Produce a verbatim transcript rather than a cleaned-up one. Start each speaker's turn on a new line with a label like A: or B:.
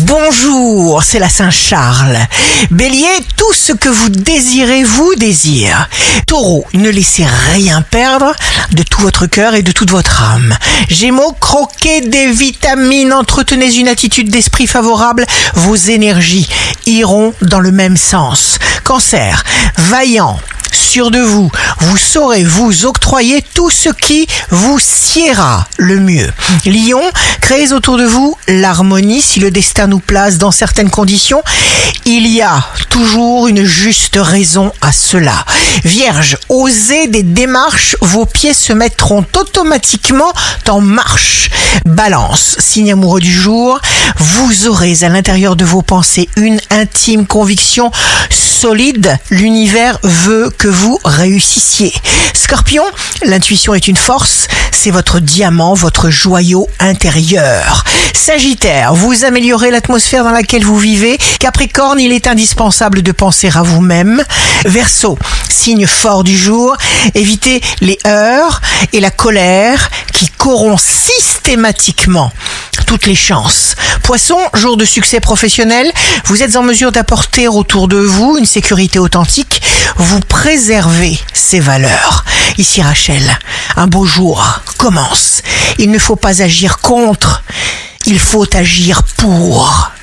A: Bonjour, c'est la Saint-Charles. Bélier, tout ce que vous désirez vous désire. Taureau, ne laissez rien perdre de tout votre cœur et de toute votre âme. Gémeaux, croquez des vitamines, entretenez une attitude d'esprit favorable, vos énergies iront dans le même sens. Cancer, vaillant, sûr de vous, vous saurez vous octroyer tout ce qui vous siera le mieux. Lion, créez autour de vous l'harmonie. Si le destin nous place dans certaines conditions, il y a toujours une juste raison à cela. Vierge, osez des démarches, vos pieds se mettront automatiquement en marche. Balance, signe amoureux du jour, vous aurez à l'intérieur de vos pensées une intime conviction solide. L'univers veut que vous réussissiez. Scorpion, l'intuition est une force, c'est votre diamant, votre joyau intérieur. Sagittaire, vous améliorez l'atmosphère dans laquelle vous vivez. Capricorne, il est indispensable de penser à vous-même. Verseau, signe fort du jour, évitez les heurts et la colère qui corrompent systématiquement toutes les chances. Poisson, jour de succès professionnel, vous êtes en mesure d'apporter autour de vous une sécurité authentique, vous préservez ces valeurs. Ici Rachel, un beau jour commence. Il ne faut pas agir contre, il faut agir pour.